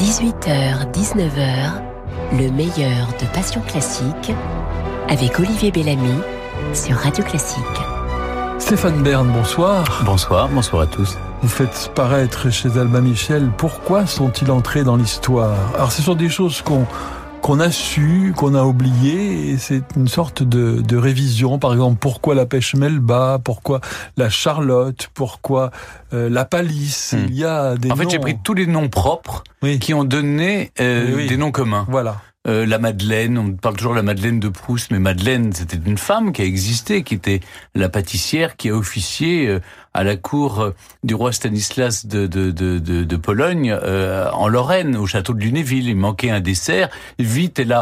18h, 19h, le meilleur de Passion Classique avec Olivier Bellamy sur Radio Classique. Stéphane Bern, bonsoir. Bonsoir à tous. Vous faites paraître chez Albin Michel Pourquoi sont-ils entrés dans l'histoire ? Alors ce sont des choses qu'on a su, qu'on a oublié, et c'est une sorte de révision. Par exemple, pourquoi la pêche Melba, pourquoi la Charlotte, pourquoi la Palisse. Il y a des noms. En fait, j'ai pris tous les noms propres qui ont donné des noms communs. Voilà. La Madeleine, on parle toujours de la Madeleine de Proust, mais Madeleine, c'était une femme qui a existé, qui était la pâtissière, qui a officié à la cour du roi Stanislas de Pologne, en Lorraine, au château de Lunéville. Il manquait un dessert. Vite, elle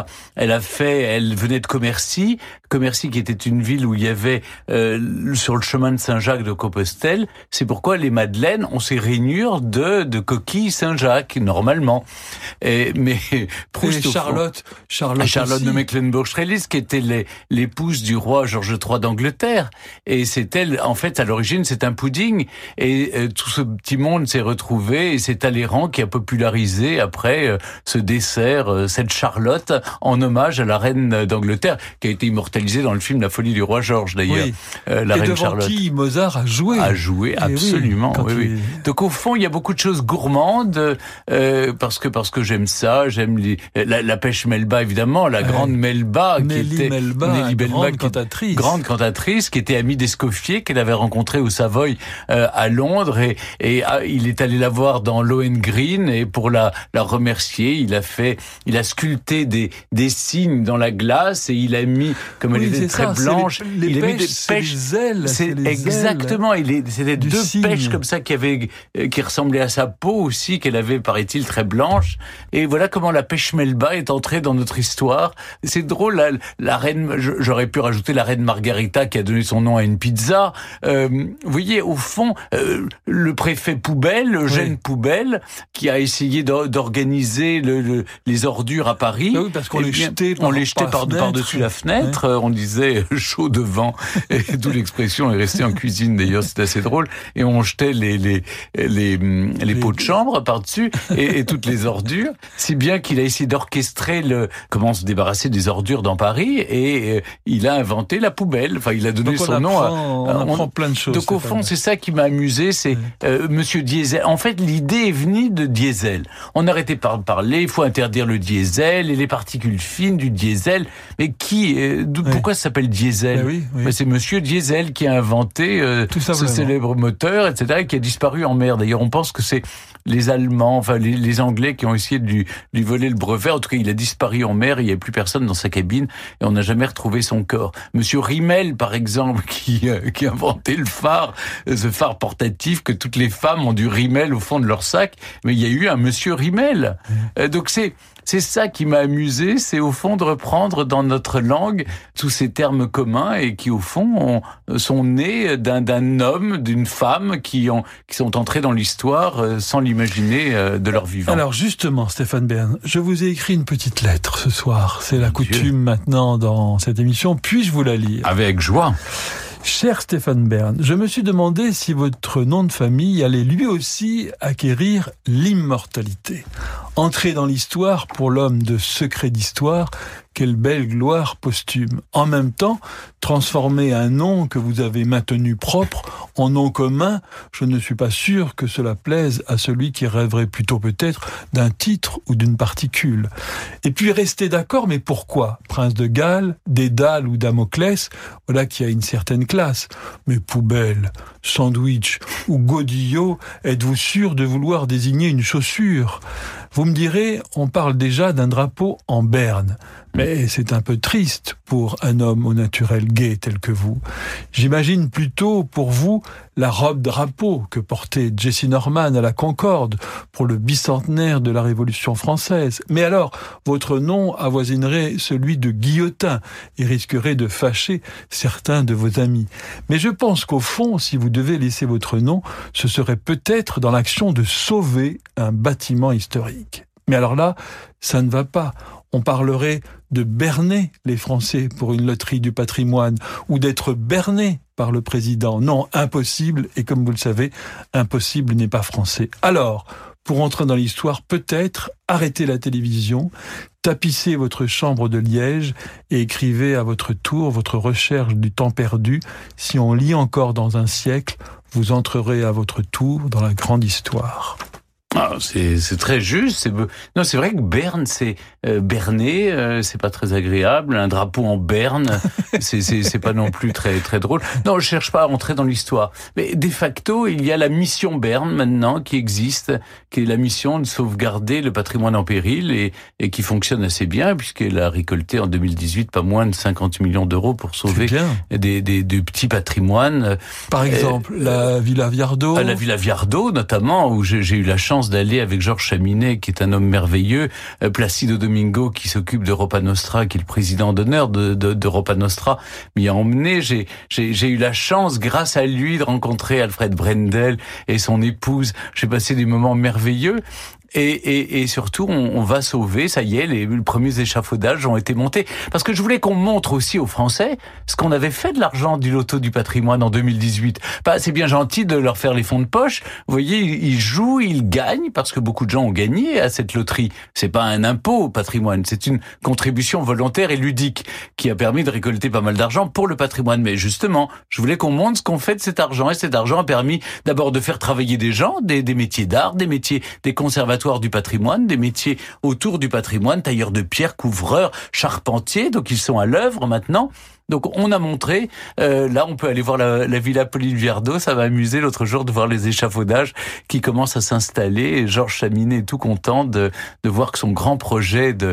venait de Commercy, qui était une ville où il y avait, sur le chemin de Saint-Jacques de Compostelle. C'est pourquoi les madeleines ont ces rainures de coquilles Saint-Jacques, normalement. Mais Proust, et Charlotte de Mecklenburg-Strelitz, qui était l'épouse du roi Georges III d'Angleterre. Et c'est elle, en fait, à l'origine, c'est un pudding. Et tout ce petit monde s'est retrouvé, et c'est Talleyrand qui a popularisé après ce dessert, cette Charlotte, en hommage à la reine d'Angleterre, qui a été immortalisée dans le film La folie du roi Georges, d'ailleurs. Oui. La et reine devant Charlotte. Qui Mozart a joué. Absolument. Oui. Donc au fond, il y a beaucoup de choses gourmandes, parce que j'aime ça, j'aime la pêche Melba, évidemment, la grande Melba, Nelly Melba, grande cantatrice, qui était amie d'Escoffier, qu'elle avait rencontré au Savoy à Londres, et il est allé la voir dans Lohengrin, et pour la remercier, il a sculpté des cygnes dans la glace, et il a mis, comme elle était très blanche, il a mis des pêches. Exactement, c'était deux cygne. pêches comme ça qui ressemblaient à sa peau aussi, qu'elle avait, paraît-il, très blanche. Et voilà comment la pêche Melba est entrée dans notre histoire. C'est drôle, la reine, j'aurais pu rajouter la reine Margarita qui a donné son nom à une pizza. Vous voyez, au fond, le préfet Poubelle, Eugène Poubelle, qui a essayé d'organiser les ordures à Paris. Oui, parce qu'on les jetait par-dessus la fenêtre. On disait chaud devant, et d'où l'expression est restée en cuisine d'ailleurs, c'est assez drôle. Et on jetait les pots de chambre par-dessus et toutes les ordures, si bien qu'il a essayé d'orchestrer comment se débarrasser des ordures dans Paris, et il a inventé la poubelle. Enfin, il a donné son nom on apprend plein de choses. Donc au fond, c'est ça qui m'a amusé, c'est Monsieur Diesel. En fait, l'idée est venue de diesel. On n'arrêtait pas de parler, il faut interdire le diesel et les particules fines du diesel. Mais pourquoi ça s'appelle diesel? C'est Monsieur Diesel qui a inventé ce célèbre moteur, etc., qui a disparu en mer. D'ailleurs, on pense que c'est les Allemands, enfin les Anglais qui ont essayé de lui voler le brevet. En tout cas, il a disparu en mer, il n'y avait plus personne dans sa cabine, et on n'a jamais retrouvé son corps. Monsieur Rimmel, par exemple, qui a inventé le phare, ce phare portatif que toutes les femmes ont du Rimmel au fond de leur sac, mais il y a eu un Monsieur Rimmel. Donc c'est ça qui m'a amusé, c'est au fond de reprendre dans notre langue tous ces termes communs, et qui au fond sont nés d'un homme, d'une femme qui sont entrés dans l'histoire sans l'imaginer de leur vivant. Alors justement, Stéphane Bern, je vous ai écrit une petite lettre ce soir. C'est la coutume maintenant dans cette émission. Puis-je vous la lire ? Avec joie. Cher Stéphane Bern, je me suis demandé si votre nom de famille allait lui aussi acquérir l'immortalité. Entrer dans l'histoire pour l'homme de secret d'histoire, quelle belle gloire posthume. En même temps, transformer un nom que vous avez maintenu propre en nom commun, je ne suis pas sûr que cela plaise à celui qui rêverait plutôt peut-être d'un titre ou d'une particule. Et puis rester d'accord, mais pourquoi ? Prince de Galles, Dédale ou Damoclès, voilà qui a une certaine classe. Mais Poubelle, Sandwich ou Godillot, êtes-vous sûr de vouloir désigner une chaussure ? Vous me direz, on parle déjà d'un drapeau en berne. Mais c'est un peu triste pour un homme au naturel gai tel que vous. J'imagine plutôt pour vous la robe drapeau que portait Jesse Norman à la Concorde pour le bicentenaire de la Révolution française. Mais alors, votre nom avoisinerait celui de Guillotin et risquerait de fâcher certains de vos amis. Mais je pense qu'au fond, si vous devez laisser votre nom, ce serait peut-être dans l'action de sauver un bâtiment historique. Mais alors là, ça ne va pas. On parlerait de berner les Français pour une loterie du patrimoine, ou d'être berné par le président. Non, impossible, et comme vous le savez, impossible n'est pas français. Alors, pour entrer dans l'histoire, peut-être arrêtez la télévision, tapissez votre chambre de liège et écrivez à votre tour votre recherche du temps perdu. Si on lit encore dans un siècle, vous entrerez à votre tour dans la grande histoire. Ah, c'est très juste. Non, c'est vrai que Berne, c'est berner, c'est pas très agréable. Un drapeau en berne, c'est pas non plus très très drôle. Non, je cherche pas à entrer dans l'histoire. Mais de facto, il y a la mission Berne maintenant qui existe, qui est la mission de sauvegarder le patrimoine en péril et qui fonctionne assez bien puisqu'elle a récolté en 2018 pas moins de 50 millions d'euros pour sauver des petits patrimoines. Par exemple, la Villa Viardot. La Villa Viardot, notamment, où j'ai eu la chance d'aller avec Georges Chaminet, qui est un homme merveilleux, Placido Domingo, qui s'occupe d'Europa Nostra, qui est le président d'honneur d'Europa Nostra, m'y a emmené. J'ai eu la chance, grâce à lui, de rencontrer Alfred Brendel et son épouse. J'ai passé des moments merveilleux. Et surtout, on va sauver, ça y est, les premiers échafaudages ont été montés. Parce que je voulais qu'on montre aussi aux Français ce qu'on avait fait de l'argent du loto du patrimoine en 2018. C'est bien gentil de leur faire les fonds de poche. Vous voyez, ils jouent, ils gagnent, parce que beaucoup de gens ont gagné à cette loterie. C'est pas un impôt au patrimoine, c'est une contribution volontaire et ludique qui a permis de récolter pas mal d'argent pour le patrimoine. Mais justement, je voulais qu'on montre ce qu'on fait de cet argent. Et cet argent a permis d'abord de faire travailler des gens, des métiers d'art, des conservateurs du patrimoine, des métiers autour du patrimoine, tailleurs de pierre, couvreurs, charpentiers, donc ils sont à l'œuvre maintenant. Donc on a montré, là on peut aller voir la Villa Pauline Viardot, ça m'a amusé l'autre jour de voir les échafaudages qui commencent à s'installer, et Georges Chaminet est tout content de voir que son grand projet de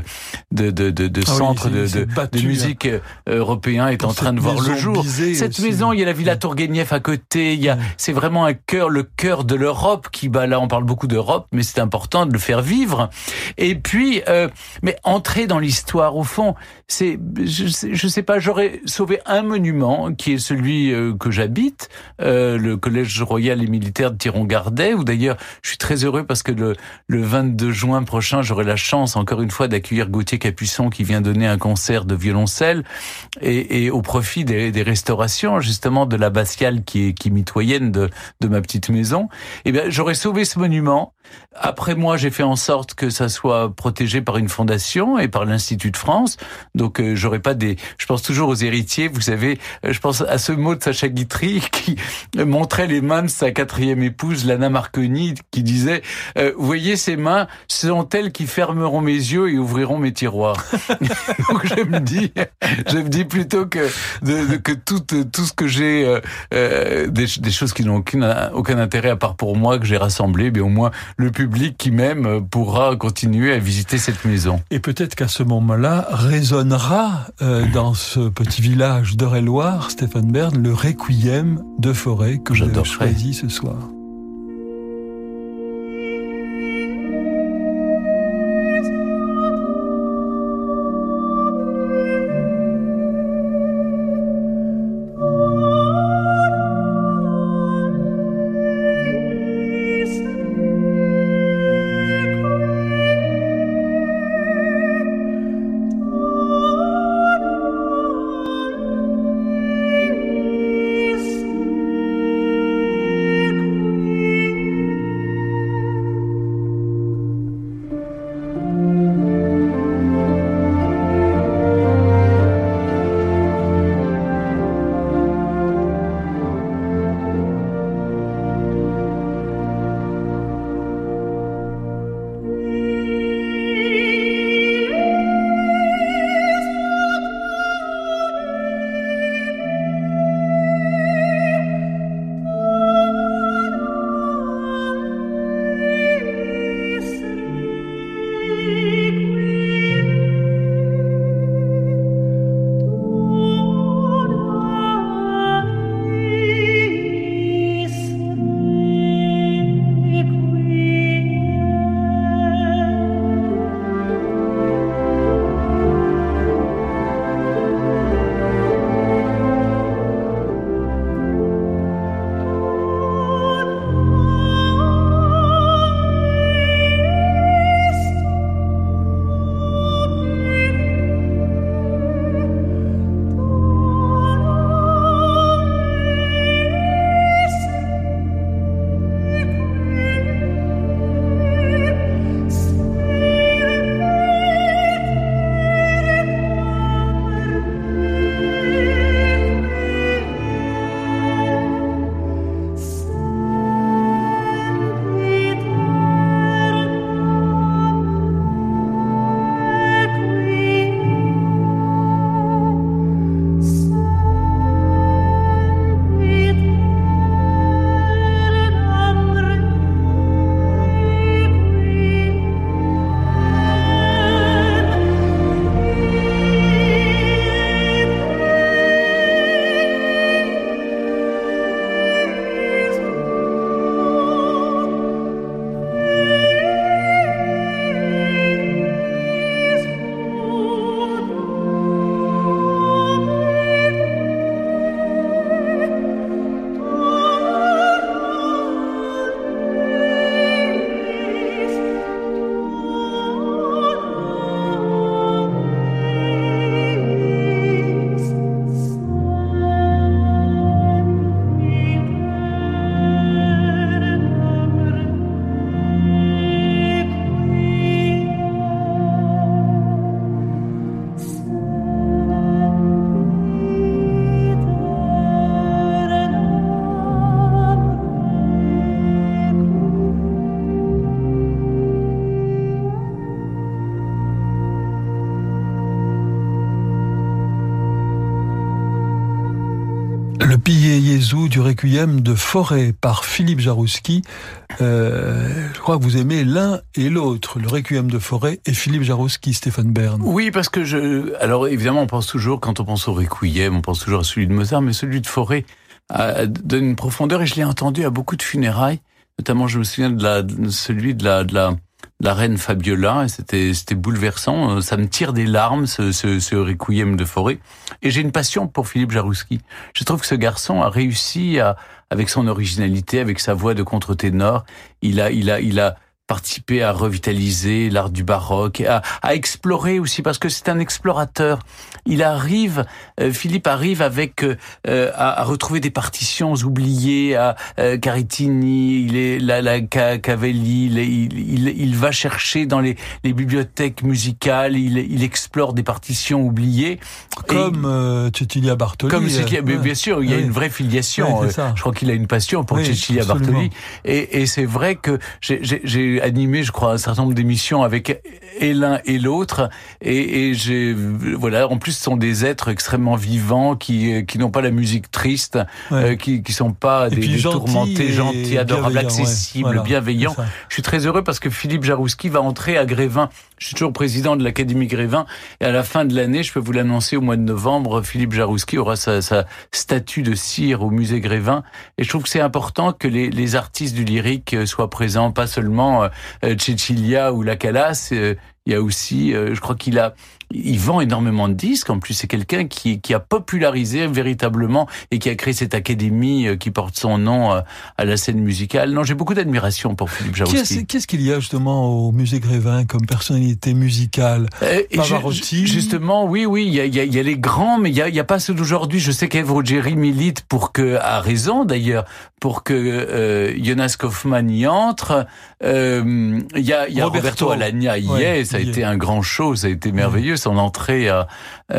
centre de musique européen est en train de voir le jour. Cette maison, il y a la Villa Tourguenieff à côté, c'est vraiment le cœur de l'Europe qui bat là, on parle beaucoup d'Europe, mais c'est important de le faire vivre. Et puis, mais entrer dans l'histoire, au fond, je sais pas, j'aurais sauvé un monument qui est celui que j'habite, le Collège royal et militaire de Thiron-Gardet, où d'ailleurs je suis très heureux parce que le 22 juin prochain, j'aurai la chance encore une fois d'accueillir Gauthier Capuçon qui vient donner un concert de violoncelle et au profit des restaurations justement de l'abbatiale qui est mitoyenne de ma petite maison. Eh bien, j'aurais sauvé ce monument. Après moi, j'ai fait en sorte que ça soit protégé par une fondation et par l'Institut de France. Donc j'aurais pas je pense toujours aux héritiers, vous savez, je pense à ce mot de Sacha Guitry qui montrait les mains de sa quatrième épouse, Lana Marconi, qui disait vous voyez ces mains, ce sont elles qui fermeront mes yeux et ouvriront mes tiroirs. Donc je me dis plutôt que tout ce que j'ai des choses qui n'ont aucun intérêt à part pour moi, que j'ai rassemblé, mais au moins le public qui m'aime pourra continuer à visiter cette maison. Et peut-être qu'à ce moment-là résonnera dans ce petit village d'Eure-et-Loir, Stéphane Bern, le requiem de Fauré que vous avez choisi ce soir. Jésus du Requiem de Fauré par Philippe Jaroussky. Je crois que vous aimez l'un et l'autre, le Requiem de Fauré et Philippe Jaroussky, Stéphane Bern. Oui, parce que alors évidemment, on pense toujours, quand on pense au Requiem, on pense toujours à celui de Mozart, mais celui de Fauré donne une profondeur, et je l'ai entendu à beaucoup de funérailles. Notamment, je me souviens de celui de la reine Fabiola, et c'était bouleversant. Ça me tire des larmes, ce Requiem de Fauré. Et j'ai une passion pour Philippe Jaroussky. Je trouve que ce garçon a réussi avec son originalité, avec sa voix de contre-ténor, il a participé à revitaliser l'art du baroque, à explorer aussi, parce que c'est un explorateur. Philippe arrive à retrouver des partitions oubliées, à Caritini, Cavelli, il va chercher dans les bibliothèques musicales, il explore des partitions oubliées. Comme Cecilia Bartoli. Comme Cecilia, bien sûr, il y a une vraie filiation. Je crois qu'il a une passion pour Cecilia Bartoli. Et c'est vrai que j'ai animé, je crois, un certain nombre d'émissions avec l'un et l'autre, et en plus, ce sont des êtres extrêmement vivants qui n'ont pas la musique triste, qui sont pas des tourmentés, gentils, adorables, accessibles, bienveillants. Je suis très heureux parce que Philippe Jaroussky va entrer à Grévin. Je suis toujours président de l'Académie Grévin, et à la fin de l'année, je peux vous l'annoncer, au mois de novembre, Philippe Jaroussky aura sa statue de cire au musée Grévin, et je trouve que c'est important que les artistes du lyrique soient présents, pas seulement Cecilia ou La Calas. Il y a aussi, je crois il vend énormément de disques. En plus, c'est quelqu'un qui a popularisé véritablement et qui a créé cette académie qui porte son nom à la scène musicale. Non, j'ai beaucoup d'admiration pour Philippe Jaroussky. Qu'est-ce qu'il y a justement au musée Grévin comme personnalité musicale? Pavarotti. Justement, oui, il y a les grands, mais il y a pas ceux d'aujourd'hui. Je sais qu'Ève Rogeri milite à raison d'ailleurs, pour que Jonas Kaufmann y entre. Il y a Roberto Alagna y est. Ça a été un grand show, ça a été merveilleux. Son entrée, il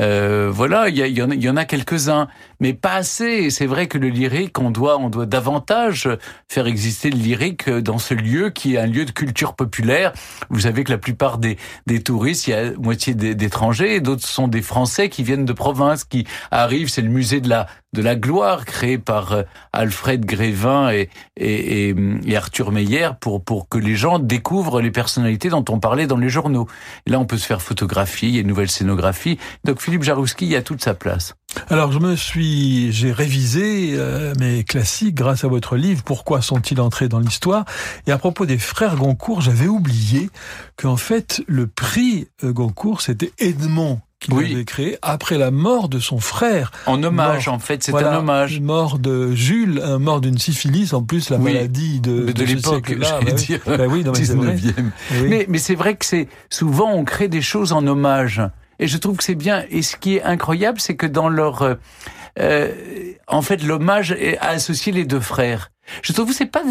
y en a quelques-uns, mais pas assez. C'est vrai que le lyrique, on doit davantage faire exister le lyrique dans ce lieu qui est un lieu de culture populaire. Vous savez que la plupart des touristes, il y a moitié d'étrangers, d'autres sont des Français qui viennent de province, qui arrivent. C'est le musée de la gloire créé par Alfred Grévin et Arthur Meyer pour que les gens découvrent les personnalités dont on parlait dans les journaux. Et là, on peut se faire photographier, il y a une nouvelle scénographie. Donc Philippe Jaroussky, il a toute sa place. Alors j'ai révisé mes classiques grâce à votre livre Pourquoi sont-ils entrés dans l'histoire? Et à propos des frères Goncourt, j'avais oublié qu'en fait le prix Goncourt, c'était Edmond qu'il avait créé après la mort de son frère. En hommage, en fait, c'est un hommage. Mort de Jules, mort d'une syphilis, en plus la maladie de l'époque, j'allais dire, 19e. Mais c'est vrai que souvent on crée des choses en hommage. Et je trouve que c'est bien. Et ce qui est incroyable, c'est que dans leur... en fait, l'hommage a associé les deux frères. Je trouve que c'est pas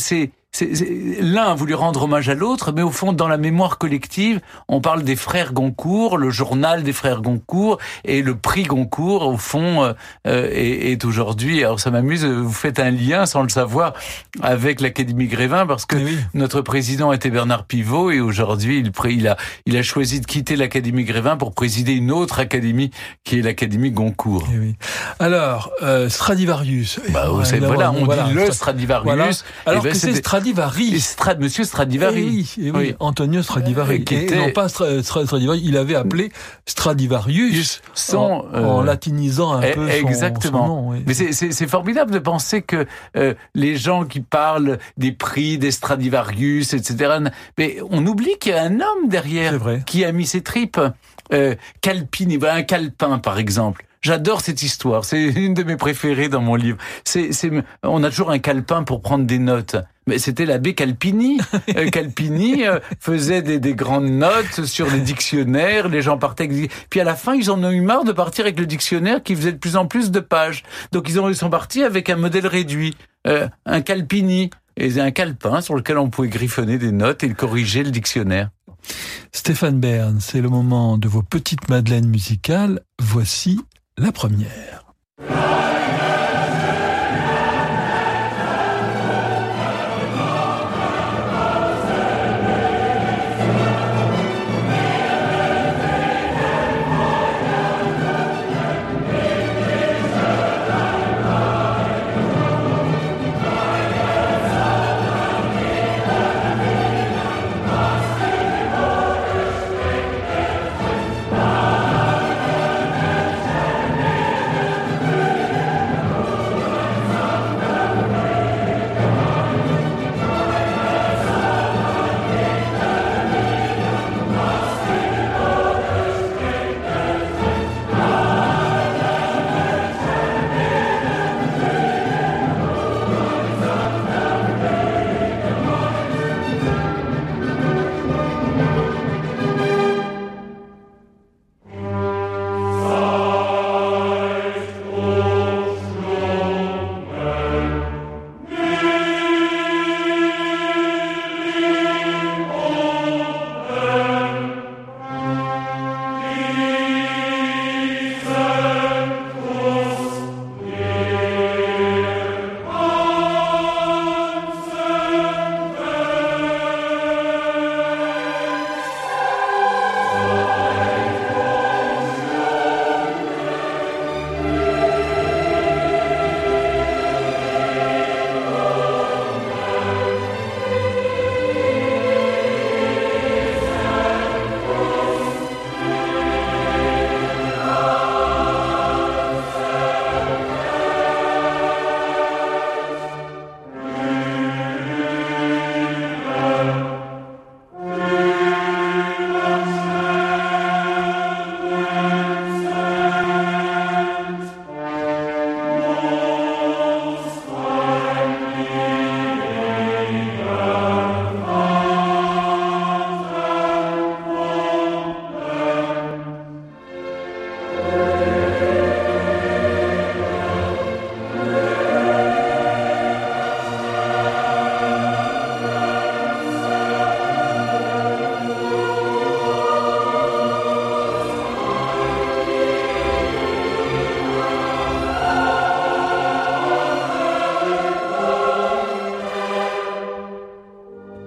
l'un a voulu rendre hommage à l'autre, mais au fond, dans la mémoire collective, on parle des frères Goncourt, le journal des frères Goncourt, et le prix Goncourt, au fond, est aujourd'hui... Alors ça m'amuse, vous faites un lien, sans le savoir, avec l'Académie Grévin, parce que notre président était Bernard Pivot, et aujourd'hui, il a choisi de quitter l'Académie Grévin pour présider une autre académie, qui est l'Académie Goncourt. Alors, Stradivarius... on dit le Stradivarius... Voilà. Alors que c'est Stradivarius. Monsieur Stradivari. Oui, Antonio Stradivari. Et non pas Stradivari, il avait appelé Stradivarius en latinisant un peu son nom. Oui. Mais c'est formidable de penser que les gens qui parlent des prix, des Stradivarius, etc., mais on oublie qu'il y a un homme derrière qui a mis ses tripes. Calpini, un Calpin par exemple. J'adore cette histoire, c'est une de mes préférées dans mon livre. On a toujours un calepin pour prendre des notes. Mais c'était l'abbé Calpini. Calpini faisait des grandes notes sur les dictionnaires, les gens partaient avec... Puis à la fin, ils en ont eu marre de partir avec le dictionnaire qui faisait de plus en plus de pages. Donc ils sont partis avec un modèle réduit, un Calpini, et un calepin sur lequel on pouvait griffonner des notes et corriger le dictionnaire. Stéphane Bern, c'est le moment de vos petites madeleines musicales. Voici la première.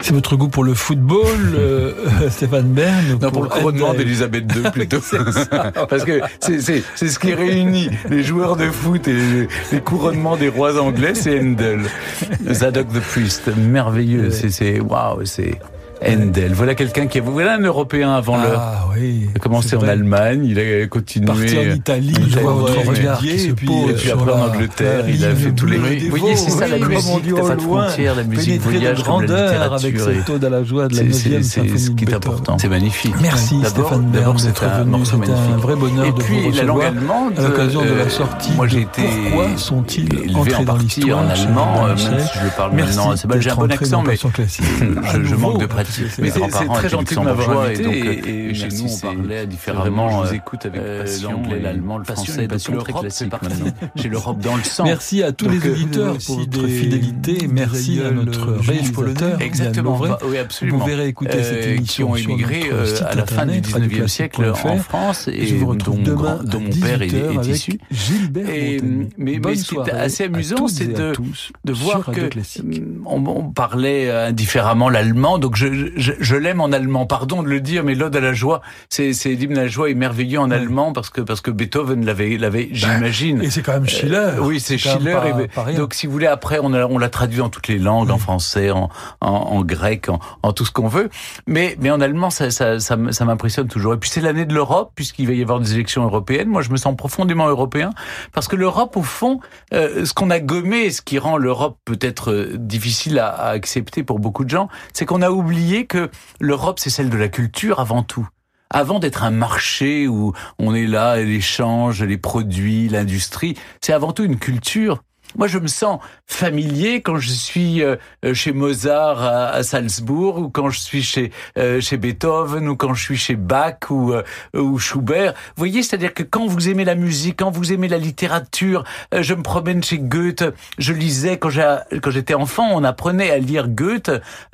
C'est votre goût pour le football, Stéphane Bern? Non, pour le couronnement d'Elisabeth II, plutôt. Parce que c'est ce qui réunit les joueurs de foot et les couronnements des rois anglais, c'est Handel. Zadok the Priest, merveilleux. Waouh, c'est Handel. Voilà quelqu'un voilà un Européen avant l'heure. Ah oui. Il a commencé en Allemagne, il a continué. Parti en Italie, je vois votre regard qui se pose. Et puis après en Angleterre, il a fait tous les. Vous voyez, c'est ça la musique, t'as pas de frontières, la musique voyage comme la littérature. Avec cette ode à la joie de la 9e symphonie. C'est ce qui est important. C'est magnifique. Merci Stéphane Bern. D'abord, c'est un morceau magnifique. C'est un vrai bonheur de vous recevoir. La langue allemande, à l'occasion de la sortie. Moi, j'ai été pourquoi sont-ils entrés dans l'histoire en allemand, même si je le parle maintenant. J'ai un bon accent, mais je manque de pratique. Mais c'est très gentil de m'avoir invité. Et chez nous, on parlait différemment. Je vous écoute avec passion. L'anglais, l'allemand, le français, de très classique maintenant. J'ai l'Europe dans le sang. Merci à tous les auditeurs pour votre fidélité. Merci à notre réalisateur. Exactement. Oui, absolument. Vous verrez écouter cette émission qui ont émigré à la fin du 19e siècle en France et dont mon père est issu. Mais ce qui est assez amusant, c'est de voir que on parlait indifféremment l'allemand. Donc je l'aime en allemand. Pardon de le dire, mais l'Ode à la joie, c'est l'hymne à la joie est merveilleux en allemand parce que Beethoven l'avait, j'imagine. Et c'est quand même Schiller. Oui, c'est Schiller. Donc si vous voulez, après on l'a traduit dans toutes les langues, en français, en grec, en tout ce qu'on veut. Mais en allemand, ça m'impressionne toujours. Et puis c'est l'année de l'Europe, puisqu'il va y avoir des élections européennes. Moi, je me sens profondément européen parce que l'Europe, au fond, ce qu'on a gommé, ce qui rend l'Europe peut-être difficile à accepter pour beaucoup de gens, c'est qu'on a oublié que l'Europe, c'est celle de la culture avant tout. Avant d'être un marché où on est là, l'échange, les produits, l'industrie, c'est avant tout une culture. Moi, je me sens familier quand je suis chez Mozart à Salzbourg, ou quand je suis chez Beethoven, ou quand je suis chez Bach ou Schubert. Vous voyez, c'est-à-dire que quand vous aimez la musique, quand vous aimez la littérature, je me promène chez Goethe, je lisais quand j'étais enfant, on apprenait à lire Goethe,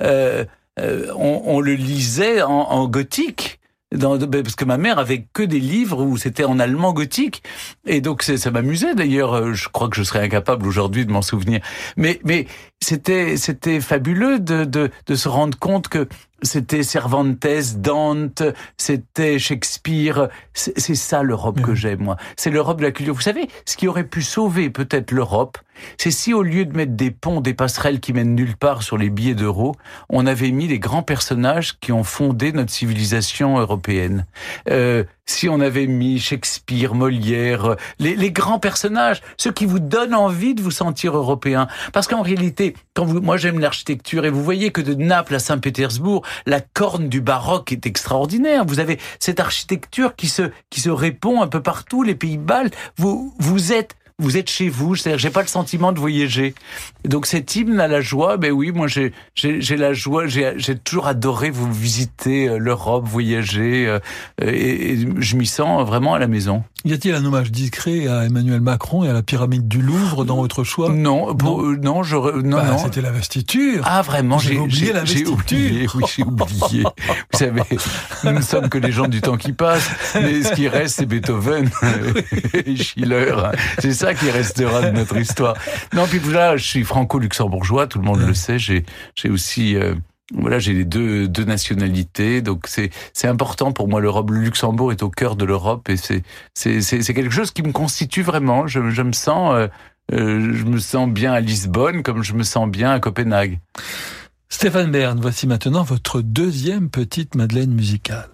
on le lisait en gothique. Parce que ma mère avait que des livres où c'était en allemand gothique, et donc ça m'amusait d'ailleurs. Je crois que je serais incapable aujourd'hui de m'en souvenir, mais c'était fabuleux de se rendre compte que c'était Cervantes, Dante, c'était Shakespeare. C'est ça l'Europe que j'aime, moi. C'est l'Europe de la culture. Vous savez, ce qui aurait pu sauver peut-être l'Europe, c'est si au lieu de mettre des ponts, des passerelles qui mènent nulle part sur les billets d'euros, on avait mis les grands personnages qui ont fondé notre civilisation européenne. Si on avait mis Shakespeare, Molière, les grands personnages, ceux qui vous donnent envie de vous sentir européen. Parce qu'en réalité, moi j'aime l'architecture, et vous voyez que de Naples à Saint-Pétersbourg, la corne du baroque est extraordinaire. Vous avez cette architecture qui se répond un peu partout, les pays baltes. Vous êtes chez vous, c'est-à-dire j'ai pas le sentiment de voyager. Donc cet hymne à la joie, ben oui, moi j'ai la joie, j'ai toujours adoré vous visiter l'Europe, voyager, et je m'y sens vraiment à la maison. Y a-t-il un hommage discret à Emmanuel Macron et à la pyramide du Louvre dans votre choix? Non. C'était l'investiture. Ah vraiment, j'ai oublié l'investiture. Oui, j'ai oublié. Vous savez, nous ne sommes que les gens du temps qui passe, mais ce qui reste, c'est Beethoven et Schiller. C'est ça qui restera de notre histoire. Non, puis là, je suis franco-luxembourgeois, tout le monde le sait. J'ai aussi j'ai les deux nationalités, donc c'est important pour moi. l'Europe, le Luxembourg est au cœur de l'Europe, et c'est quelque chose qui me constitue vraiment. Je me sens bien à Lisbonne, comme je me sens bien à Copenhague. Stéphane Bern, voici maintenant votre deuxième petite Madeleine musicale.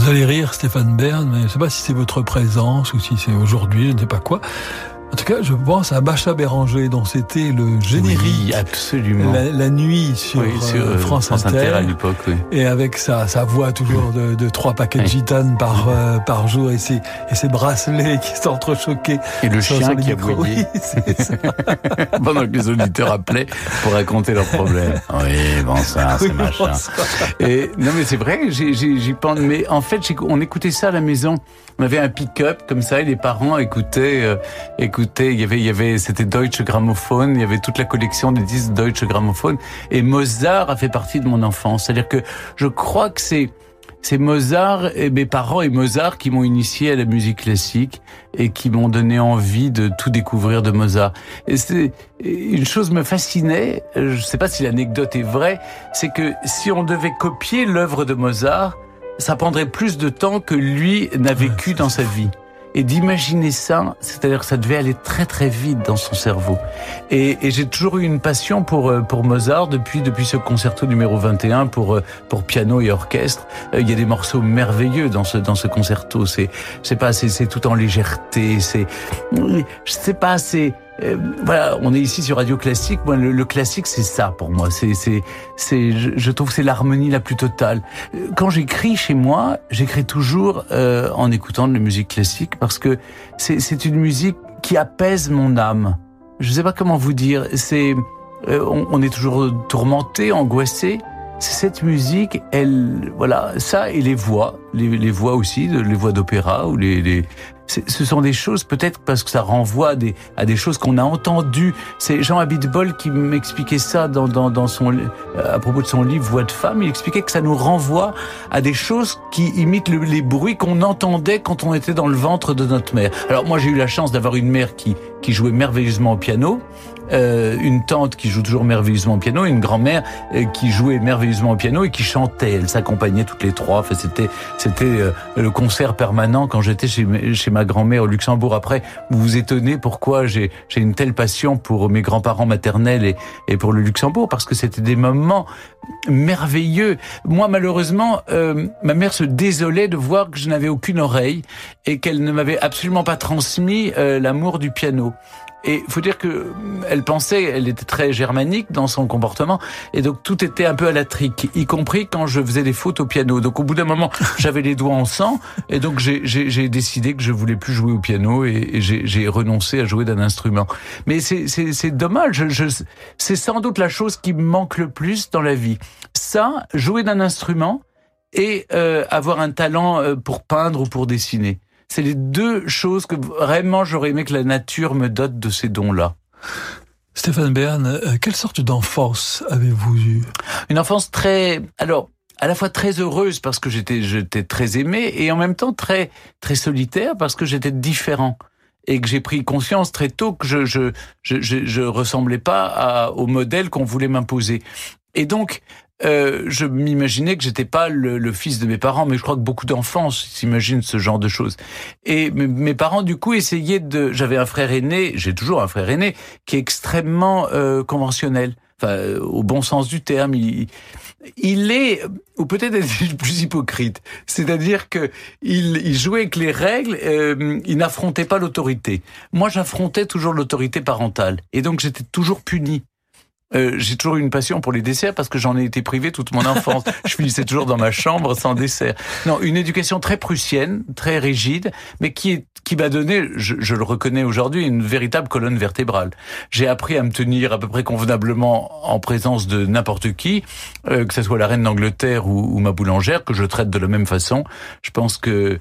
allez rire, Stéphane Bern, mais je ne sais pas si c'est votre présence ou si c'est aujourd'hui, je ne sais pas quoi. En tout cas, je pense à Macha Béranger, dont c'était le générique. Oui, absolument. La nuit sur, France Inter à l'époque, oui. Et avec sa voix toujours de 3 paquets de gitanes par jour et ses bracelets qui s'entrechoquaient. Et le chien qui aboyait. Oui, c'est ça. Pendant que les auditeurs appelaient pour raconter leurs problèmes. Oui, bonsoir, c'est Macha. Et non, mais c'est vrai, j'y pense. Mais en fait, on écoutait ça à la maison. On avait un pick-up comme ça et les parents écoutaient, il y avait, c'était Deutsche Grammophon, il y avait toute la collection des disques Deutsche Grammophon et Mozart a fait partie de mon enfance. C'est-à-dire que je crois que c'est Mozart et mes parents et Mozart qui m'ont initié à la musique classique et qui m'ont donné envie de tout découvrir de Mozart. Et une chose me fascinait, je ne sais pas si l'anecdote est vraie, c'est que si on devait copier l'œuvre de Mozart, ça prendrait plus de temps que lui n'a vécu dans sa vie. Et d'imaginer ça, c'est-à-dire que ça devait aller très très vite dans son cerveau. Et j'ai toujours eu une passion pour Mozart depuis ce concerto numéro 21 pour piano et orchestre. Il y a des morceaux merveilleux dans ce concerto. C'est tout en légèreté. Voilà, on est ici sur Radio Classique. Moi, le classique, c'est ça pour moi. Je trouve que c'est l'harmonie la plus totale. Quand j'écris chez moi, j'écris toujours en écoutant de la musique classique parce que c'est une musique qui apaise mon âme. Je sais pas comment vous dire. On est toujours tourmenté, angoissé. C'est cette musique, ça et les voix aussi, les voix d'opéra ou ce sont des choses, peut-être parce que ça renvoie à des choses qu'on a entendues. C'est Jean Abitbol qui m'expliquait ça à propos de son livre Voix de femme. Il expliquait que ça nous renvoie à des choses qui imitent les bruits qu'on entendait quand on était dans le ventre de notre mère. Alors moi, j'ai eu la chance d'avoir une mère qui jouait merveilleusement au piano, une tante qui joue toujours merveilleusement au piano, et une grand-mère qui jouait merveilleusement au piano et qui chantait. Elles s'accompagnaient toutes les trois. Enfin, c'était le concert permanent quand j'étais chez ma grand-mère au Luxembourg. Après, vous vous étonnez pourquoi j'ai une telle passion pour mes grands-parents maternels et pour le Luxembourg, parce que c'était des moments merveilleux. Moi, malheureusement, ma mère se désolait de voir que je n'avais aucune oreille et qu'elle ne m'avait absolument pas transmis l'amour du piano. Et faut dire que elle était très germanique dans son comportement, et donc tout était un peu à la trique, y compris quand je faisais des fautes au piano. Donc au bout d'un moment, j'avais les doigts en sang, et donc j'ai décidé que je voulais plus jouer au piano, et j'ai renoncé à jouer d'un instrument. Mais c'est dommage. C'est sans doute la chose qui me manque le plus dans la vie. Ça, jouer d'un instrument et avoir un talent pour peindre ou pour dessiner. C'est les deux choses que vraiment j'aurais aimé que la nature me dote de ces dons-là. Stéphane Bern, quelle sorte d'enfance avez-vous eue ? Une enfance à la fois très heureuse parce que j'étais très aimé, et en même temps très très solitaire parce que j'étais différent. Et que j'ai pris conscience très tôt que je ressemblais pas au modèle qu'on voulait m'imposer. Et donc, je m'imaginais que j'étais pas le fils de mes parents, mais je crois que beaucoup d'enfants s'imaginent ce genre de choses. Et mes parents, du coup, essayaient j'avais un frère aîné, j'ai toujours un frère aîné, qui est extrêmement conventionnel. Enfin, au bon sens du terme, il est, ou peut-être est-il plus hypocrite. C'est-à-dire que il jouait avec les règles, il n'affrontait pas l'autorité. Moi, j'affrontais toujours l'autorité parentale. Et donc, j'étais toujours puni. J'ai toujours eu une passion pour les desserts parce que j'en ai été privé toute mon enfance. Je finissais toujours dans ma chambre sans dessert. Non, une éducation très prussienne, très rigide, mais qui m'a donné, je le reconnais aujourd'hui, une véritable colonne vertébrale. J'ai appris à me tenir à peu près convenablement en présence de n'importe qui, que ce soit la reine d'Angleterre ou ma boulangère, que je traite de la même façon. Je pense que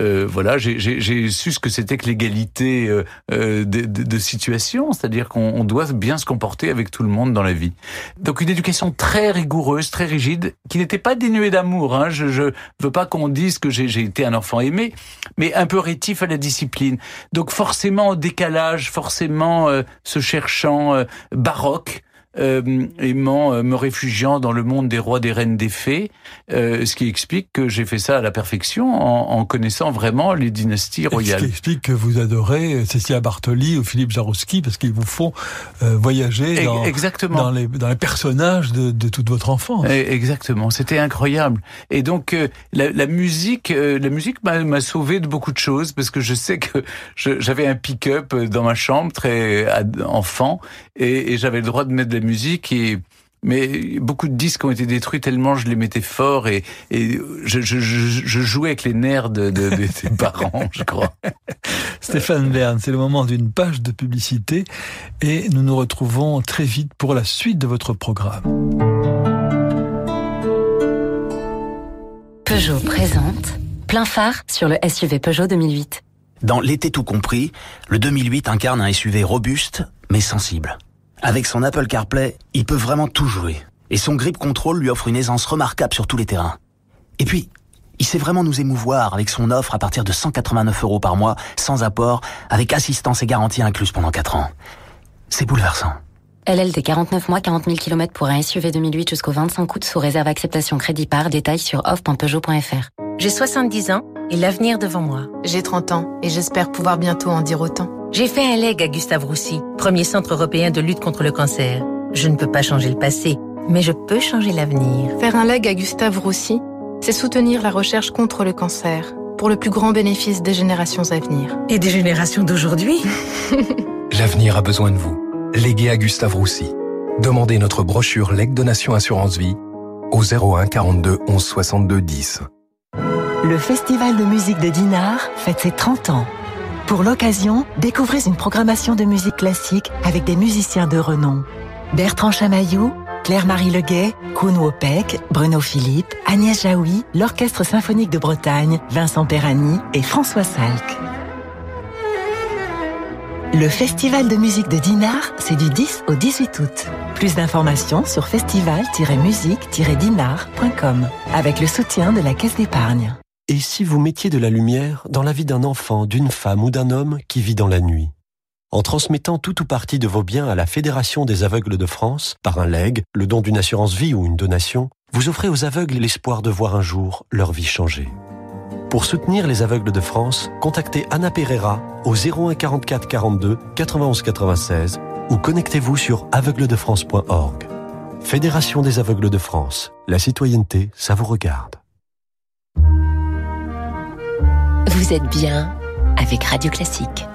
j'ai su ce que c'était que l'égalité de situation, c'est-à-dire qu'on doit bien se comporter avec tout le monde dans la vie. Donc une éducation très rigoureuse, très rigide, qui n'était pas dénuée d'amour. Hein. Je veux pas qu'on dise que j'ai été un enfant aimé, mais un peu rétif à la discipline. Donc forcément en décalage, forcément se cherchant, baroque. me réfugiant dans le monde des rois, des reines, des fées, ce qui explique que j'ai fait ça à la perfection en connaissant vraiment les dynasties royales. Ce qui explique que vous adorez Cécilia Bartoli ou Philippe Jarouski parce qu'ils vous font voyager dans les personnages de toute votre enfance. Exactement, c'était incroyable. Et donc la musique m'a sauvé de beaucoup de choses parce que je sais que j'avais un pick-up dans ma chambre très enfant et j'avais le droit de mettre de la musique mais beaucoup de disques ont été détruits tellement je les mettais fort et je jouais avec les nerfs des parents, je crois. Stéphane Bern, c'est le moment d'une page de publicité et nous nous retrouvons très vite pour la suite de votre programme. Peugeot présente Plein phare sur le SUV Peugeot 2008. Dans L'été tout compris, le 2008 incarne un SUV robuste mais sensible. Avec son Apple CarPlay, il peut vraiment tout jouer. Et son Grip Control lui offre une aisance remarquable sur tous les terrains. Et puis, il sait vraiment nous émouvoir avec son offre à partir de 189 € par mois, sans apport, avec assistance et garantie incluse pendant 4 ans. C'est bouleversant. LLD 49 mois, 40 000 km pour un SUV 2008 jusqu'au 25 août sous réserve acceptation crédit par. Détails sur off.peugeot.fr. J'ai 70 ans et l'avenir devant moi. J'ai 30 ans et j'espère pouvoir bientôt en dire autant. J'ai fait un leg à Gustave Roussy, premier centre européen de lutte contre le cancer. Je ne peux pas changer le passé, mais je peux changer l'avenir. Faire un leg à Gustave Roussy, c'est soutenir la recherche contre le cancer, pour le plus grand bénéfice des générations à venir. Et des générations d'aujourd'hui. L'avenir a besoin de vous. Léguez à Gustave Roussy. Demandez notre brochure Leg Donation Assurance Vie au 01 42 11 62 10. Le Festival de musique de Dinard fête ses 30 ans. Pour l'occasion, découvrez une programmation de musique classique avec des musiciens de renom. Bertrand Chamaillou, Claire-Marie Leguet, Koun Wopek, Bruno Philippe, Agnès Jaoui, l'Orchestre Symphonique de Bretagne, Vincent Perani et François Salk. Le Festival de musique de Dinard, c'est du 10 au 18 août. Plus d'informations sur festival-musique-dinard.com avec le soutien de la Caisse d'épargne. Et si vous mettiez de la lumière dans la vie d'un enfant, d'une femme ou d'un homme qui vit dans la nuit? En transmettant tout ou partie de vos biens à la Fédération des aveugles de France, par un legs, le don d'une assurance vie ou une donation, vous offrez aux aveugles l'espoir de voir un jour leur vie changer. Pour soutenir les aveugles de France, contactez Anna Pereira au 01 44 42 91 96 ou connectez-vous sur aveugledefrance.org. Fédération des aveugles de France. La citoyenneté, ça vous regarde. Vous êtes bien avec Radio Classique.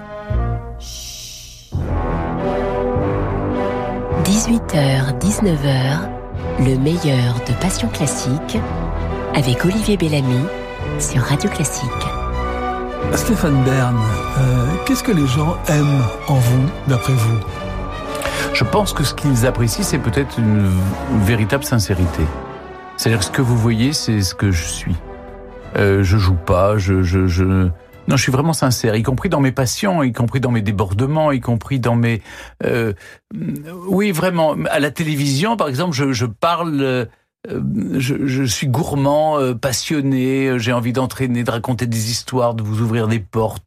18h, 19h, le meilleur de Passion Classique avec Olivier Bellamy sur Radio Classique. Stéphane Bern, qu'est-ce que les gens aiment en vous, d'après vous? Je pense que ce qu'ils apprécient, c'est peut-être une véritable sincérité. C'est-à-dire que ce que vous voyez, c'est ce que je suis. Je joue pas, non, je suis vraiment sincère, y compris dans mes passions, y compris dans mes débordements, y compris dans mes... oui, vraiment, à la télévision, par exemple, je parle... Je suis gourmand, passionné, j'ai envie d'entraîner, de raconter des histoires, de vous ouvrir des portes,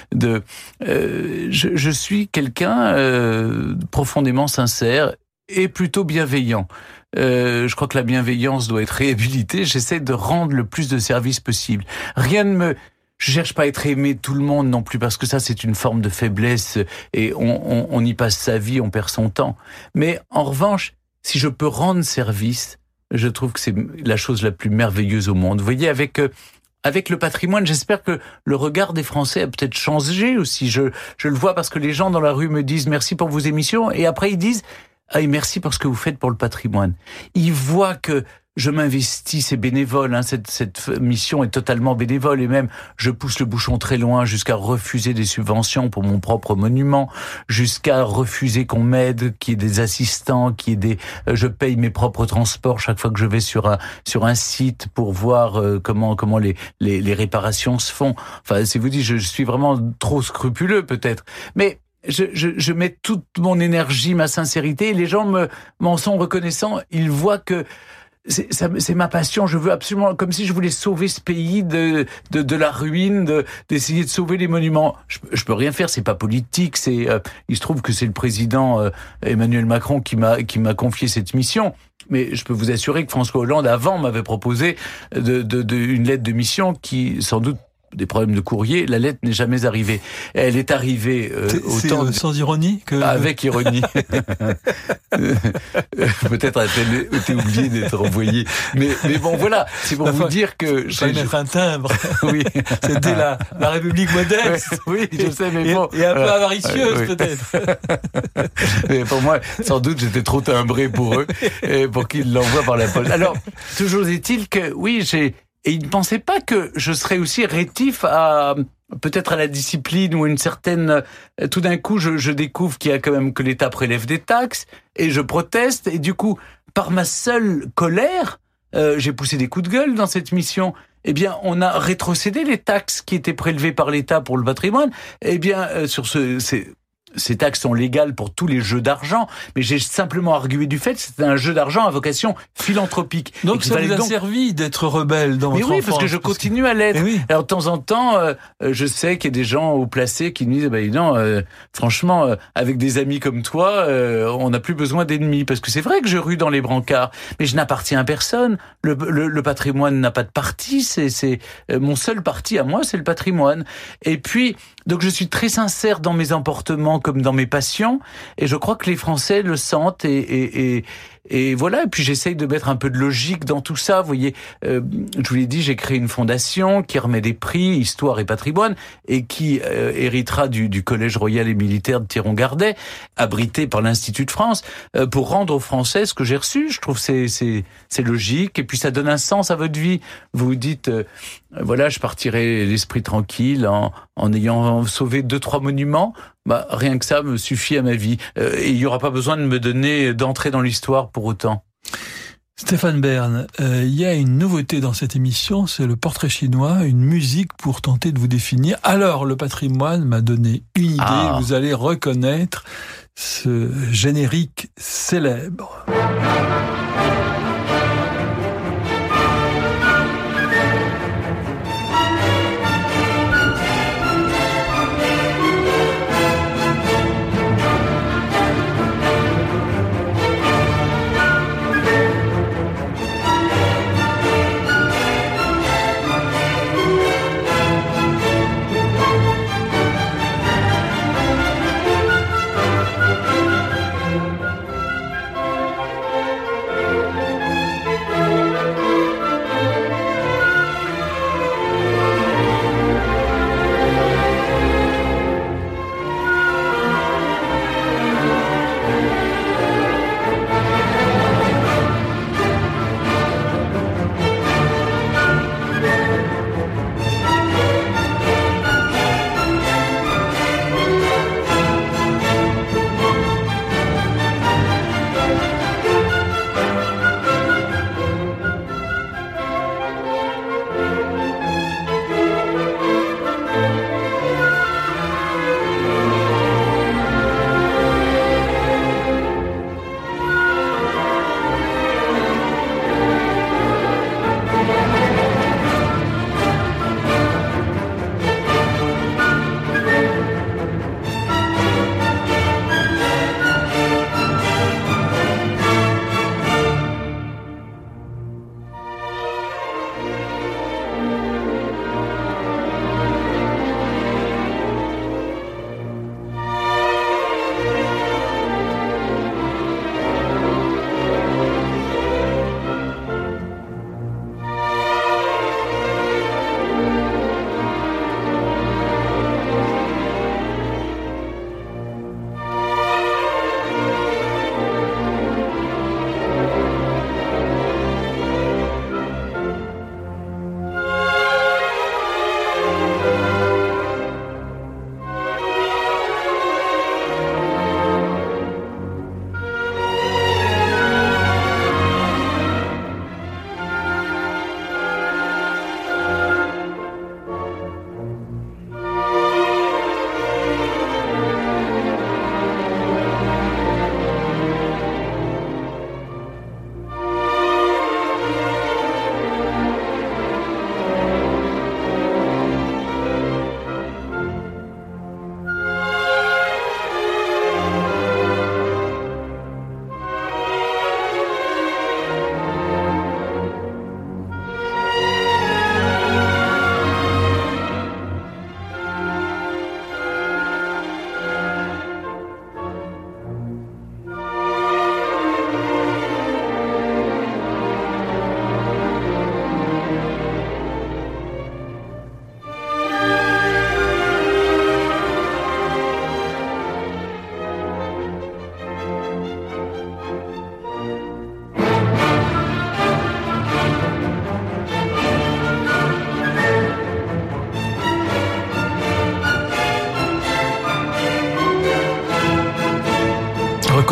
je suis quelqu'un profondément sincère et plutôt bienveillant. Je crois que la bienveillance doit être réhabilitée. J'essaie de rendre le plus de services possible. Je cherche pas à être aimé de tout le monde non plus, parce que ça, c'est une forme de faiblesse et on y passe sa vie, on perd son temps. Mais en revanche, si je peux rendre service, je trouve que c'est la chose la plus merveilleuse au monde. Vous voyez, avec le patrimoine, j'espère que le regard des Français a peut-être changé aussi. Je le vois parce que les gens dans la rue me disent merci pour vos émissions et après ils disent et merci pour ce que vous faites pour le patrimoine. Ils voient que je m'investis, c'est bénévole, hein, cette mission est totalement bénévole et même je pousse le bouchon très loin jusqu'à refuser des subventions pour mon propre monument, jusqu'à refuser qu'on m'aide, qu'il y ait des assistants, je paye mes propres transports chaque fois que je vais sur un site pour voir comment les réparations se font. Enfin, si vous dites, je suis vraiment trop scrupuleux peut-être, mais je mets toute mon énergie, ma sincérité, et les gens m'en sont reconnaissants. Ils voient que c'est ma passion. Je veux absolument, comme si je voulais sauver ce pays de la ruine, d'essayer de sauver les monuments. Je peux rien faire, c'est pas politique. Il se trouve que c'est le président Emmanuel Macron qui m'a confié cette mission. Mais je peux vous assurer que François Hollande, avant, m'avait proposé une lettre de mission qui, sans doute, des problèmes de courrier, la lettre n'est jamais arrivée. Elle est arrivée sans ironie avec ironie. Peut-être a-t-elle été oubliée d'être envoyée. Mais bon, voilà, c'est pour vous dire que... Je vais mettre un timbre. Oui. C'était la République modeste. Oui, je sais, mais bon... Et un peu avaricieuse, peut-être. Mais pour moi, sans doute, j'étais trop timbré pour eux, et pour qu'ils l'envoient par la poste. Alors, toujours est-il que, oui, et ils ne pensaient pas que je serais aussi rétif peut-être à la discipline ou une certaine... Tout d'un coup, je découvre qu'il y a quand même que l'État prélève des taxes et je proteste. Et du coup, par ma seule colère, j'ai poussé des coups de gueule dans cette mission. Eh bien, on a rétrocédé les taxes qui étaient prélevées par l'État pour le patrimoine. Eh bien, ces taxes sont légales pour tous les jeux d'argent, mais j'ai simplement argué du fait que c'était un jeu d'argent à vocation philanthropique. Donc ça vous a servi d'être rebelle dans votre enfance. Mais oui, parce que je continue à l'être. Oui. Alors de temps en temps, je sais qu'il y a des gens haut placés qui me disent non, franchement, avec des amis comme toi, on n'a plus besoin d'ennemis. Parce que c'est vrai que je rue dans les brancards, mais je n'appartiens à personne. Le patrimoine n'a pas de parti, c'est mon seul parti à moi, c'est le patrimoine. Et puis, donc je suis très sincère dans mes emportements comme dans mes passions, et je crois que les Français le sentent, et voilà. Et puis j'essaye de mettre un peu de logique dans tout ça. Vous voyez, je vous l'ai dit, j'ai créé une fondation qui remet des prix, histoire et patrimoine, et qui héritera du Collège royal et militaire de Thiron-Gardet, abrité par l'Institut de France, pour rendre aux Français ce que j'ai reçu. Je trouve que c'est logique, et puis ça donne un sens à votre vie. Vous vous dites, voilà, je partirai l'esprit tranquille en ayant sauvé 2-3 monuments. Rien que ça me suffit à ma vie. Et il n'y aura pas besoin de me donner d'entrer dans l'histoire pour autant. Stéphane Bern, il y a une nouveauté dans cette émission, c'est le portrait chinois, une musique pour tenter de vous définir. Alors, le patrimoine m'a donné une idée, vous allez reconnaître ce générique célèbre.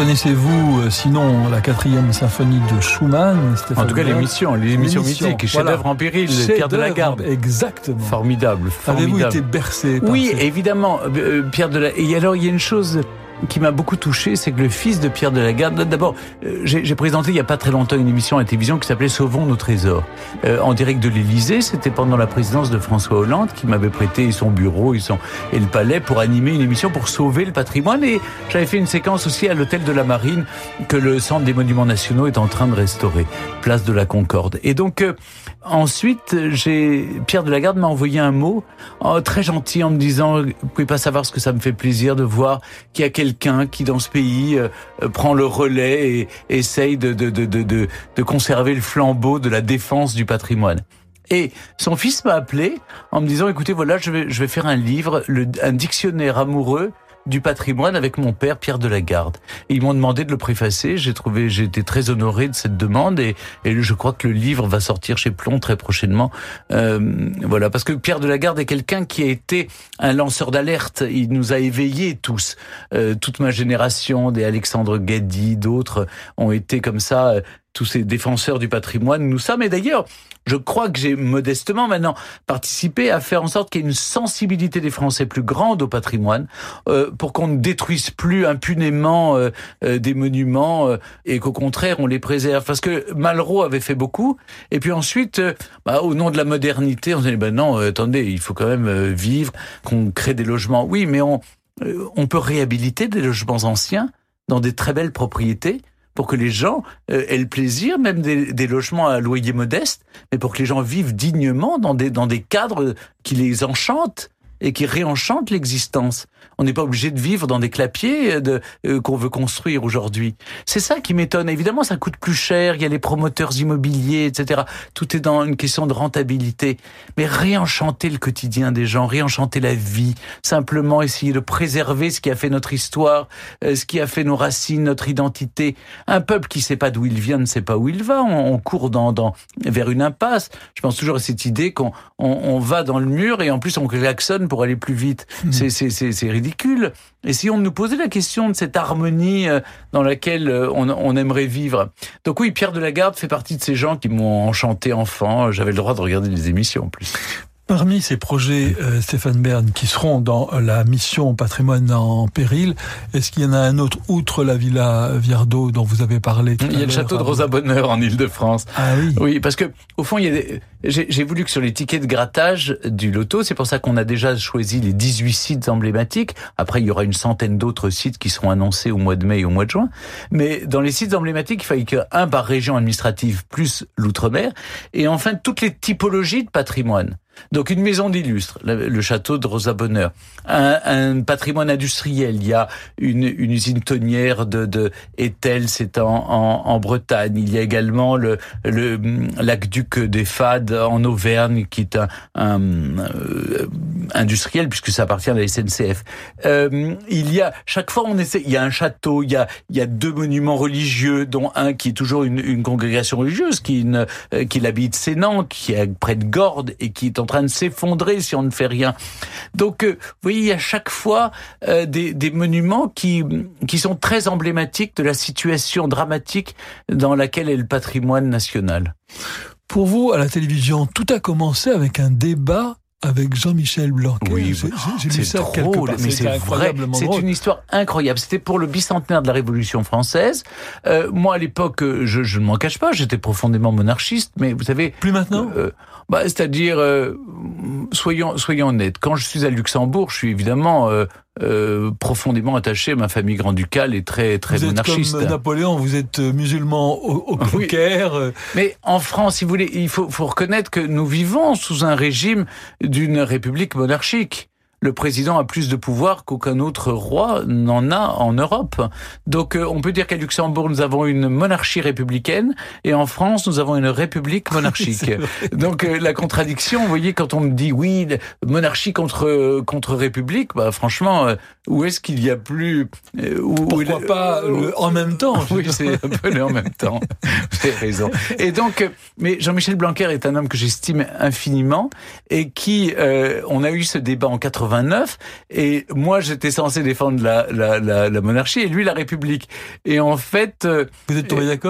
Connaissez-vous, sinon, la 4e symphonie de Schumann, Stéphane En tout cas, Bern? l'émission mythique, chef-d'œuvre en péril, Pierre de la Garde. Exactement. Formidable. Avez-vous été bercé par Oui, évidemment, Pierre de la... Et alors, il y a une chose qui m'a beaucoup touché, c'est que le fils de Pierre de la Garde... D'abord, j'ai présenté il n'y a pas très longtemps une émission à la télévision qui s'appelait Sauvons nos trésors. En direct de l'Élysée, c'était pendant la présidence de François Hollande qui m'avait prêté son bureau et le palais pour animer une émission pour sauver le patrimoine. Et j'avais fait une séquence aussi à l'hôtel de la Marine que le Centre des Monuments Nationaux est en train de restaurer, place de la Concorde. Et donc, ensuite, Pierre de la Garde m'a envoyé un mot très gentil en me disant « Vous pouvez pas savoir ce que ça me fait plaisir de voir qu'il y a quelqu'un qui, dans ce pays, prend le relais et essaye de conserver le flambeau de la défense du patrimoine. » Et son fils m'a appelé en me disant « Écoutez, voilà, je vais faire un livre, un dictionnaire amoureux du patrimoine avec mon père Pierre de la Garde. » Et ils m'ont demandé de le préfacer. J'ai été très honoré de cette demande et je crois que le livre va sortir chez Plon très prochainement. Voilà, parce que Pierre de la Garde est quelqu'un qui a été un lanceur d'alerte. Il nous a éveillés tous. Toute ma génération, des Alexandre Gady, d'autres ont été comme ça. Tous ces défenseurs du patrimoine, nous sommes. Et d'ailleurs, je crois que j'ai modestement maintenant participé à faire en sorte qu'il y ait une sensibilité des Français plus grande au patrimoine, pour qu'on ne détruise plus impunément des monuments et qu'au contraire on les préserve. Parce que Malraux avait fait beaucoup. Et puis ensuite, au nom de la modernité, on disait non, attendez, il faut quand même vivre, qu'on crée des logements. Oui, mais on peut réhabiliter des logements anciens dans des très belles propriétés, pour que les gens aient le plaisir, même des logements à loyer modeste, mais pour que les gens vivent dignement dans des cadres qui les enchantent et qui réenchantent l'existence. On n'est pas obligé de vivre dans des clapiers qu'on veut construire aujourd'hui. C'est ça qui m'étonne. Évidemment, ça coûte plus cher, il y a les promoteurs immobiliers, etc. Tout est dans une question de rentabilité. Mais réenchanter le quotidien des gens, réenchanter la vie, simplement essayer de préserver ce qui a fait notre histoire, ce qui a fait nos racines, notre identité. Un peuple qui ne sait pas d'où il vient ne sait pas où il va. On court vers une impasse. Je pense toujours à cette idée qu'on va dans le mur et en plus on klaxonne pour aller plus vite. C'est ridicule. Essayons de nous poser la question de cette harmonie dans laquelle on aimerait vivre. Donc oui, Pierre de la Garde fait partie de ces gens qui m'ont enchanté enfant. J'avais le droit de regarder les émissions en plus. Parmi ces projets, Stéphane Bern, qui seront dans la mission Patrimoine en péril, est-ce qu'il y en a un autre, outre la Villa Viardot dont vous avez parlé tout à l'heure? Il y a le château de Rosa-Bonheur en Île-de-France. Ah oui. Oui, parce que au fond, j'ai voulu que sur les tickets de grattage du loto, c'est pour ça qu'on a déjà choisi les 18 sites emblématiques. Après, il y aura une centaine d'autres sites qui seront annoncés au mois de mai et au mois de juin. Mais dans les sites emblématiques, il fallait qu'un par région administrative plus l'outre-mer. Et enfin, toutes les typologies de patrimoine. Donc une maison d'illustres, le château de Rosa-Bonheur, un patrimoine industriel, il y a une usine tonnière de Etel, c'est en Bretagne, il y a également le l'aqueduc des Fades en Auvergne qui est un industriel puisque ça appartient à la SNCF. Il y a chaque fois il y a un château, il y a deux monuments religieux dont un qui est toujours une congrégation religieuse qui est l'abbaye de Sénan, qui est près de Gordes et qui est en train de s'effondrer si on ne fait rien. Donc, vous voyez, il y a chaque fois des monuments qui sont très emblématiques de la situation dramatique dans laquelle est le patrimoine national. Pour vous, à la télévision, tout a commencé avec un débat avec Jean-Michel Blanquer. Oui, j'ai lu ça quelque part. Mais c'est vrai, c'est une histoire incroyable. C'était pour le bicentenaire de la Révolution française. Moi, à l'époque, je ne m'en cache pas, j'étais profondément monarchiste, mais vous savez... Plus maintenant c'est-à-dire, soyons honnêtes. Quand je suis à Luxembourg, je suis évidemment profondément attaché à ma famille grand-ducale et très très monarchiste. Vous êtes comme Napoléon, vous êtes musulman au Caire. Oui. Mais en France, si vous voulez, il faut reconnaître que nous vivons sous un régime d'une république monarchique. Le président a plus de pouvoir qu'aucun autre roi n'en a en Europe. Donc on peut dire qu'à Luxembourg, nous avons une monarchie républicaine et en France, nous avons une république monarchique. Donc la contradiction, vous voyez, quand on me dit oui, monarchie contre république, franchement, où est-ce qu'il y a plus... Pourquoi pas le en même temps? Oui, c'est un peu le en même temps. Vous avez raison. Et donc, mais Jean-Michel Blanquer est un homme que j'estime infiniment et qui, on a eu ce débat en 80 89, et moi j'étais censé défendre la monarchie et lui la République. Et en fait, vous êtes tombé d'accord ?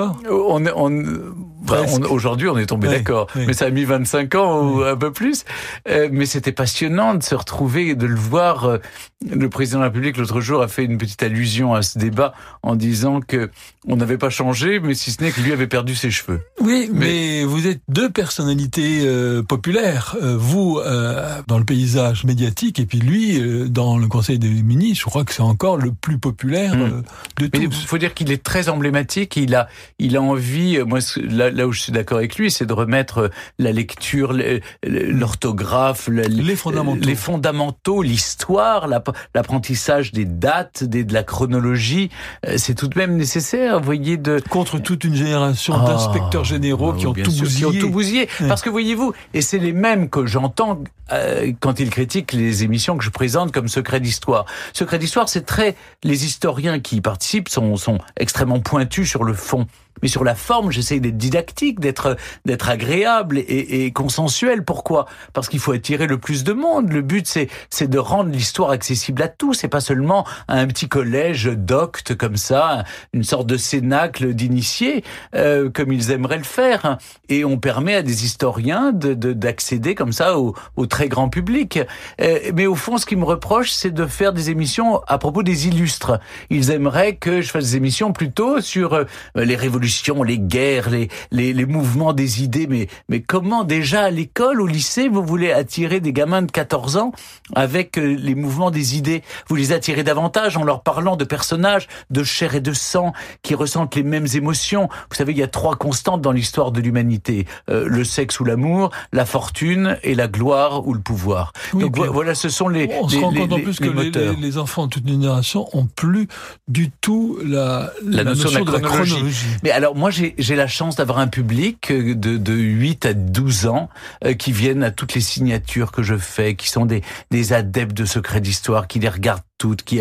Aujourd'hui, on est tombé d'accord, mais ça a mis 25 ans ou un peu plus. Mais c'était passionnant de se retrouver, de le voir. Le président de la République l'autre jour a fait une petite allusion à ce débat en disant que on n'avait pas changé, mais si ce n'est que lui avait perdu ses cheveux. Oui, mais vous êtes deux personnalités populaires. Vous dans le paysage médiatique, et puis lui dans le Conseil des ministres. Je crois que c'est encore le plus populaire de tous. Il faut dire qu'il est très emblématique. Il a envie. Moi, là où je suis d'accord avec lui, c'est de remettre la lecture, l'orthographe, les fondamentaux, l'histoire, l'apprentissage des dates, de la chronologie. C'est tout de même nécessaire, vous voyez, contre toute une génération d'inspecteurs généraux qui ont tout bousillé. Parce que voyez-vous, et c'est les mêmes que j'entends quand ils critiquent les émissions que je présente comme Secret d'Histoire. Secret d'Histoire, les historiens qui y participent sont extrêmement pointus sur le fond. Mais sur la forme, j'essaye d'être didactique, d'être agréable et consensuel. Pourquoi ? Parce qu'il faut attirer le plus de monde. Le but, c'est de rendre l'histoire accessible à tous. C'est pas seulement à un petit collège docte comme ça, une sorte de cénacle d'initiés, comme ils aimeraient le faire. Et on permet à des historiens d'accéder comme ça au très grand public. Mais au fond, ce qu'ils me reprochent, c'est de faire des émissions à propos des illustres. Ils aimeraient que je fasse des émissions plutôt sur les révolutions, les guerres, les mouvements des idées. Mais comment déjà à l'école, au lycée, vous voulez attirer des gamins de 14 ans avec les mouvements des idées ? Vous les attirez davantage en leur parlant de personnages de chair et de sang qui ressentent les mêmes émotions. Vous savez, il y a 3 constantes dans l'histoire de l'humanité. Le sexe ou l'amour, la fortune et la gloire ou le pouvoir. Oui, donc voilà, ce sont les on se rend compte en plus que moteurs. Les enfants de toute une génération ont plus du tout la notion de la chronologie. Mais alors moi j'ai la chance d'avoir un public de 8 à 12 ans qui viennent à toutes les signatures que je fais, qui sont des adeptes de Secret d'Histoire, qui les regardent toutes, qui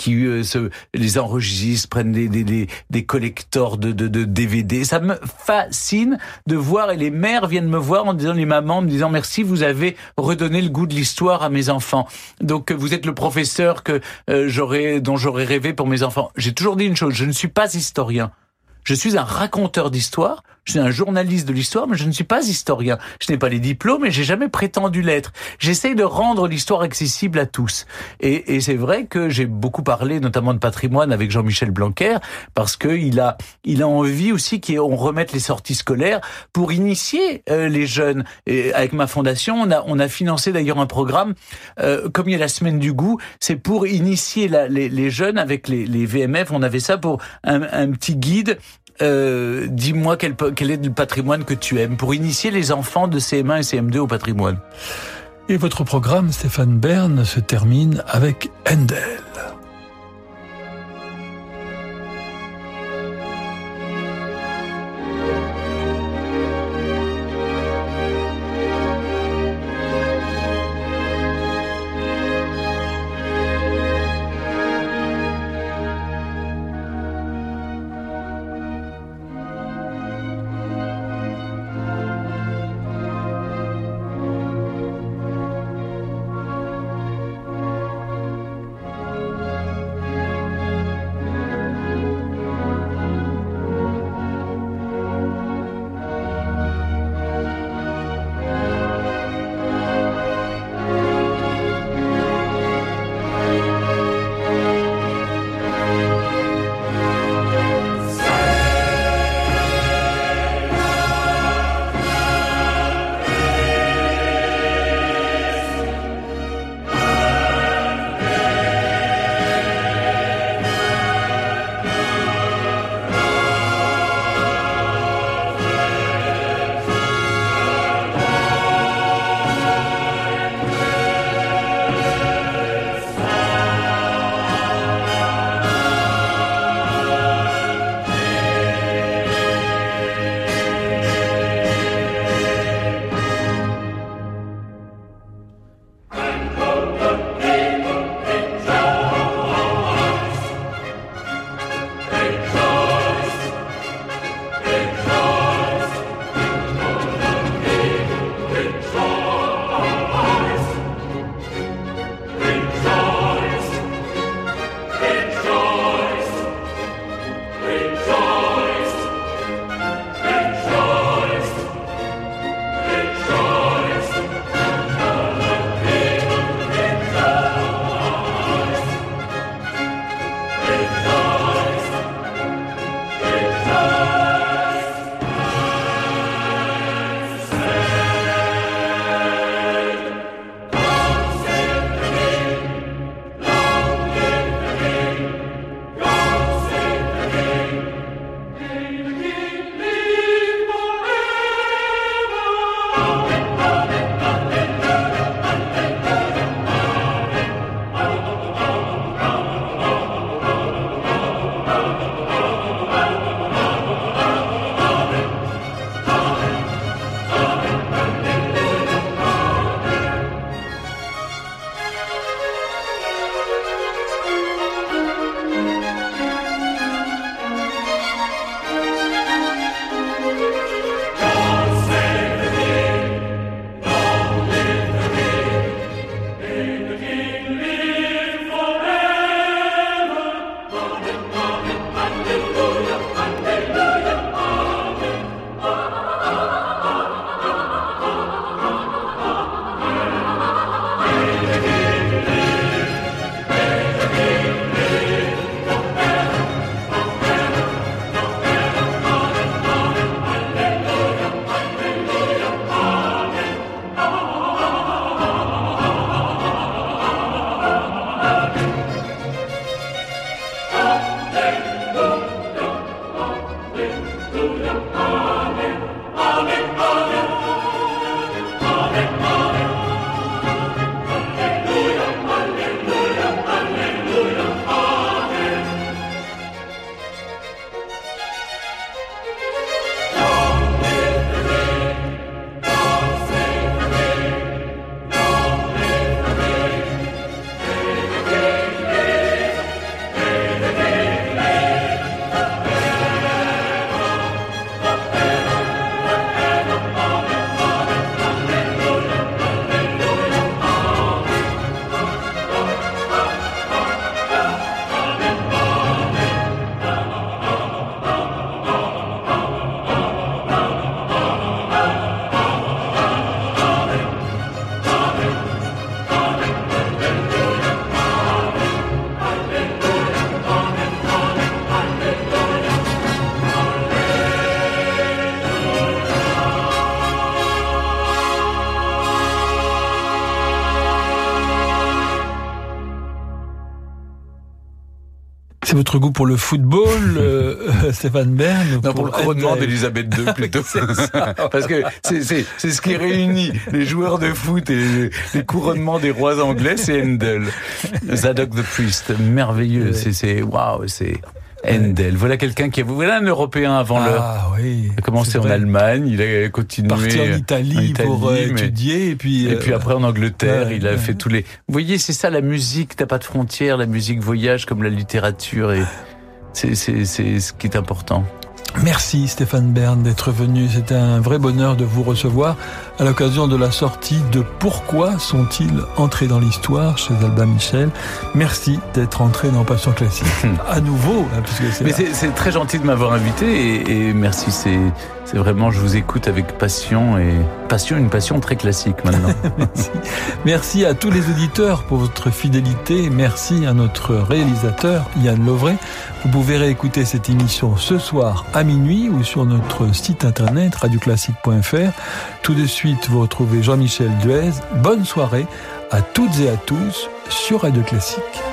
les enregistrent, prennent des collectors de DVD. Ça me fascine de voir, et les mères viennent me voir en disant, les mamans me disant merci, vous avez redonné le goût de l'histoire à mes enfants. Donc vous êtes le professeur dont j'aurais rêvé pour mes enfants. J'ai toujours dit une chose, je ne suis pas historien. Je suis un raconteur d'histoire, je suis un journaliste de l'histoire, mais je ne suis pas historien. Je n'ai pas les diplômes et j'ai jamais prétendu l'être. J'essaye de rendre l'histoire accessible à tous. Et c'est vrai que j'ai beaucoup parlé, notamment de patrimoine avec Jean-Michel Blanquer, parce que il a envie aussi qu'on remette les sorties scolaires pour initier les jeunes. Et avec ma fondation, on a financé d'ailleurs un programme, comme il y a la semaine du goût, c'est pour initier les jeunes avec les VMF. On avait ça pour un petit guide. Dis-moi quel est le patrimoine que tu aimes, pour initier les enfants de CM1 et CM2 au patrimoine. Et votre programme, Stéphane Bern, se termine avec Handel. C'est votre goût pour le football, Stéphane Bern? Non, pour le couronnement d'Elisabeth II, plutôt. Parce que c'est ce qui réunit les joueurs de foot et les couronnements des rois anglais, c'est Handel. Zadok the Priest, merveilleux. C'est waouh, c'est Handel. Voilà quelqu'un voilà un Européen avant l'heure. Ah oui. Il a commencé en Allemagne, il a continué. Parti en Italie pour étudier et puis après en Angleterre, il a fait tous les. Vous voyez, c'est ça la musique. T'as pas de frontières. La musique voyage comme la littérature et c'est ce qui est important. Merci Stéphane Bern d'être venu. C'était un vrai bonheur de vous recevoir à l'occasion de la sortie de Pourquoi sont-ils entrés dans l'histoire chez Albin Michel. Merci d'être entré dans Passion Classique à nouveau. Puisque mais c'est très gentil de m'avoir invité et merci. C'est vraiment, je vous écoute avec passion une passion très classique maintenant. Merci à tous les auditeurs pour votre fidélité. Merci à notre réalisateur Yann Lovray. Vous pouvez réécouter cette émission ce soir à minuit ou sur notre site internet radioclassique.fr. Tout de suite, vous retrouvez Jean-Michel Duez. Bonne soirée à toutes et à tous sur Radio Classique.